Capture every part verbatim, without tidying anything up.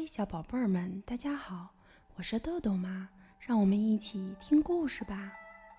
小宝贝儿们，大家好，我是豆豆妈，让我们一起听故事吧。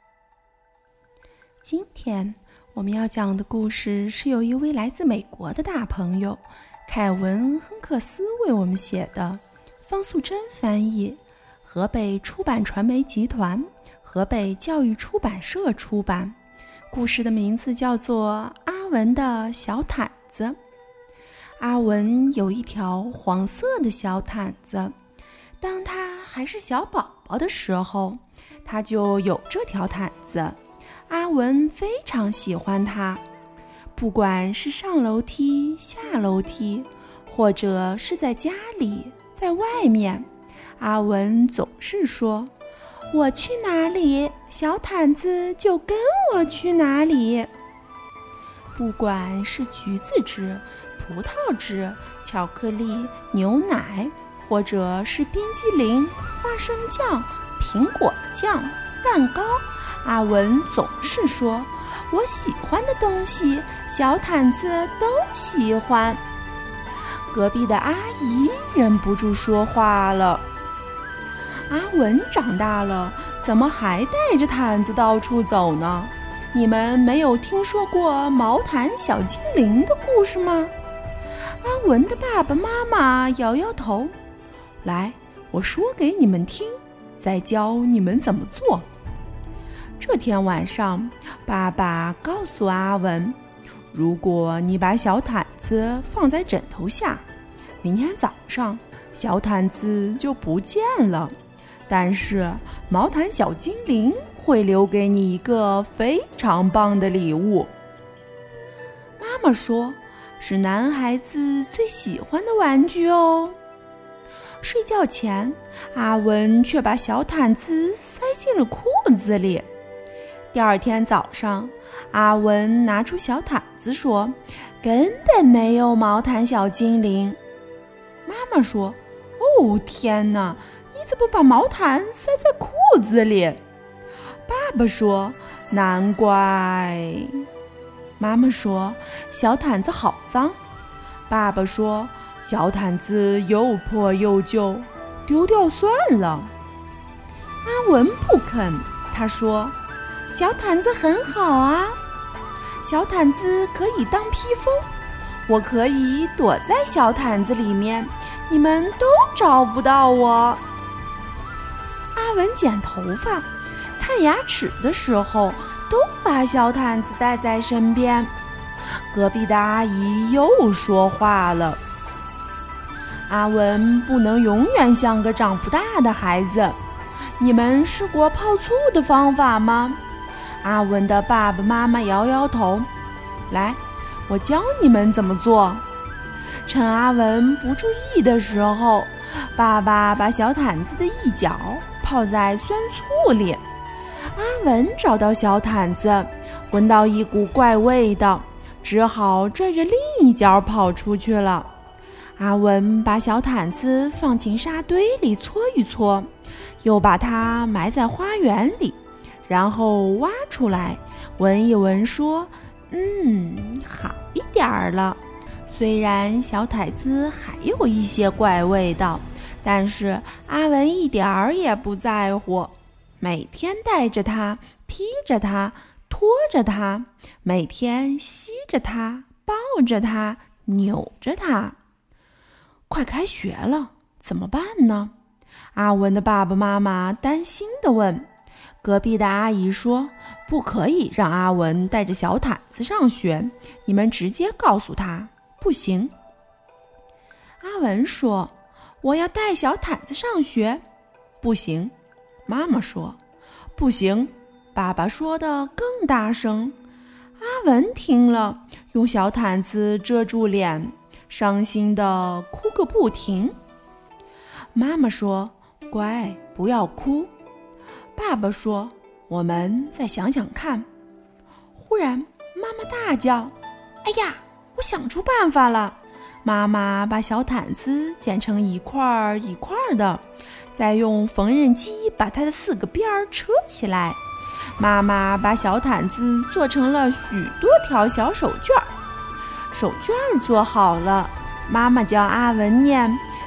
今天我们要讲的故事是由一位来自美国的大朋友凯文·亨克斯为我们写的，方素珍翻译，河北出版传媒集团、河北教育出版社出版。故事的名字叫做《阿文的小毯子》。阿文有一条黄色的小毯子，当他还是小宝宝的时候，他就有这条毯子。阿文非常喜欢它，不管是上楼梯、下楼梯，或者是在家里、在外面，阿文总是说：“我去哪里，小毯子就跟我去哪里。”不管是橘子汁、葡萄汁、巧克力、牛奶，或者是冰激凌、花生酱、苹果酱、蛋糕，阿文总是说：“我喜欢的东西，小毯子都喜欢。”隔壁的阿姨忍不住说话了：“阿文长大了，怎么还带着毯子到处走呢？你们没有听说过毛毯小精灵的故事吗？”阿文的爸爸妈妈摇摇头：“来，我说给你们听，再教你们怎么做。”这天晚上，爸爸告诉阿文：“如果你把小毯子放在枕头下，明天早上小毯子就不见了。但是毛毯小精灵会留给你一个非常棒的礼物。”妈妈说：“是男孩子最喜欢的玩具哦。”睡觉前，阿文却把小毯子塞进了裤子里。第二天早上，阿文拿出小毯子说：“根本没有毛毯小精灵。”妈妈说：“哦，天哪，你怎么把毛毯塞在裤子里？”爸爸说：“难怪。”妈妈说：“小毯子好脏。”爸爸说：“小毯子又破又旧，丢掉算了。”阿文不肯，他说：“小毯子很好啊，小毯子可以当披风，我可以躲在小毯子里面，你们都找不到我。”阿文剪头发、看牙齿的时候，都把小毯子带在身边。隔壁的阿姨又说话了：“阿文不能永远像个长不大的孩子。你们试过泡醋的方法吗？”阿文的爸爸妈妈摇摇头：“来，我教你们怎么做。”趁阿文不注意的时候，爸爸把小毯子的一角泡在酸醋里。阿文找到小毯子，闻到一股怪味道，只好拽着另一角跑出去了。阿文把小毯子放进沙堆里搓一搓，又把它埋在花园里，然后挖出来闻一闻，说：“嗯，好一点儿了。虽然小毯子还有一些怪味道，但是阿文一点儿也不在乎。每天带着它，披着它，拖着它，每天吸着它，抱着它，扭着它。”快开学了，怎么办呢？阿文的爸爸妈妈担心地问。隔壁的阿姨说：“不可以让阿文带着小毯子上学，你们直接告诉他，不行。”阿文说：“我要带小毯子上学。”不行。妈妈说：“不行。”爸爸说得更大声。阿文听了，用小毯子遮住脸，伤心地哭个不停。妈妈说：“乖，不要哭。”爸爸说：“我们再想想看。”忽然，妈妈大叫：“哎呀，我想出办法了！”妈妈把小毯子剪成一块一块的，再用缝纫机把它的四个边儿车起来。妈妈把小毯子做成了许多条小手绢儿。手绢儿做好了，妈妈教阿文念：“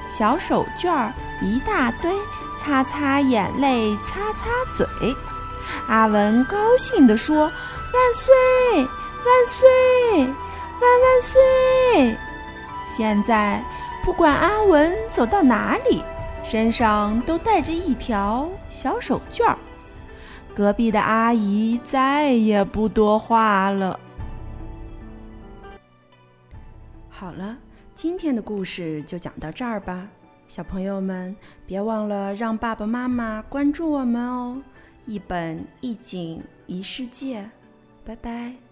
小手绢一大堆，擦擦眼泪，擦擦嘴。阿文高兴地说：“万岁，万岁，万万岁！”现在不管阿文走到哪里，身上都带着一条小手绢。隔壁的阿姨再也不多话了。好了，今天的故事就讲到这儿吧。小朋友们，别忘了让爸爸妈妈关注我们哦。一本一景一世界，拜拜。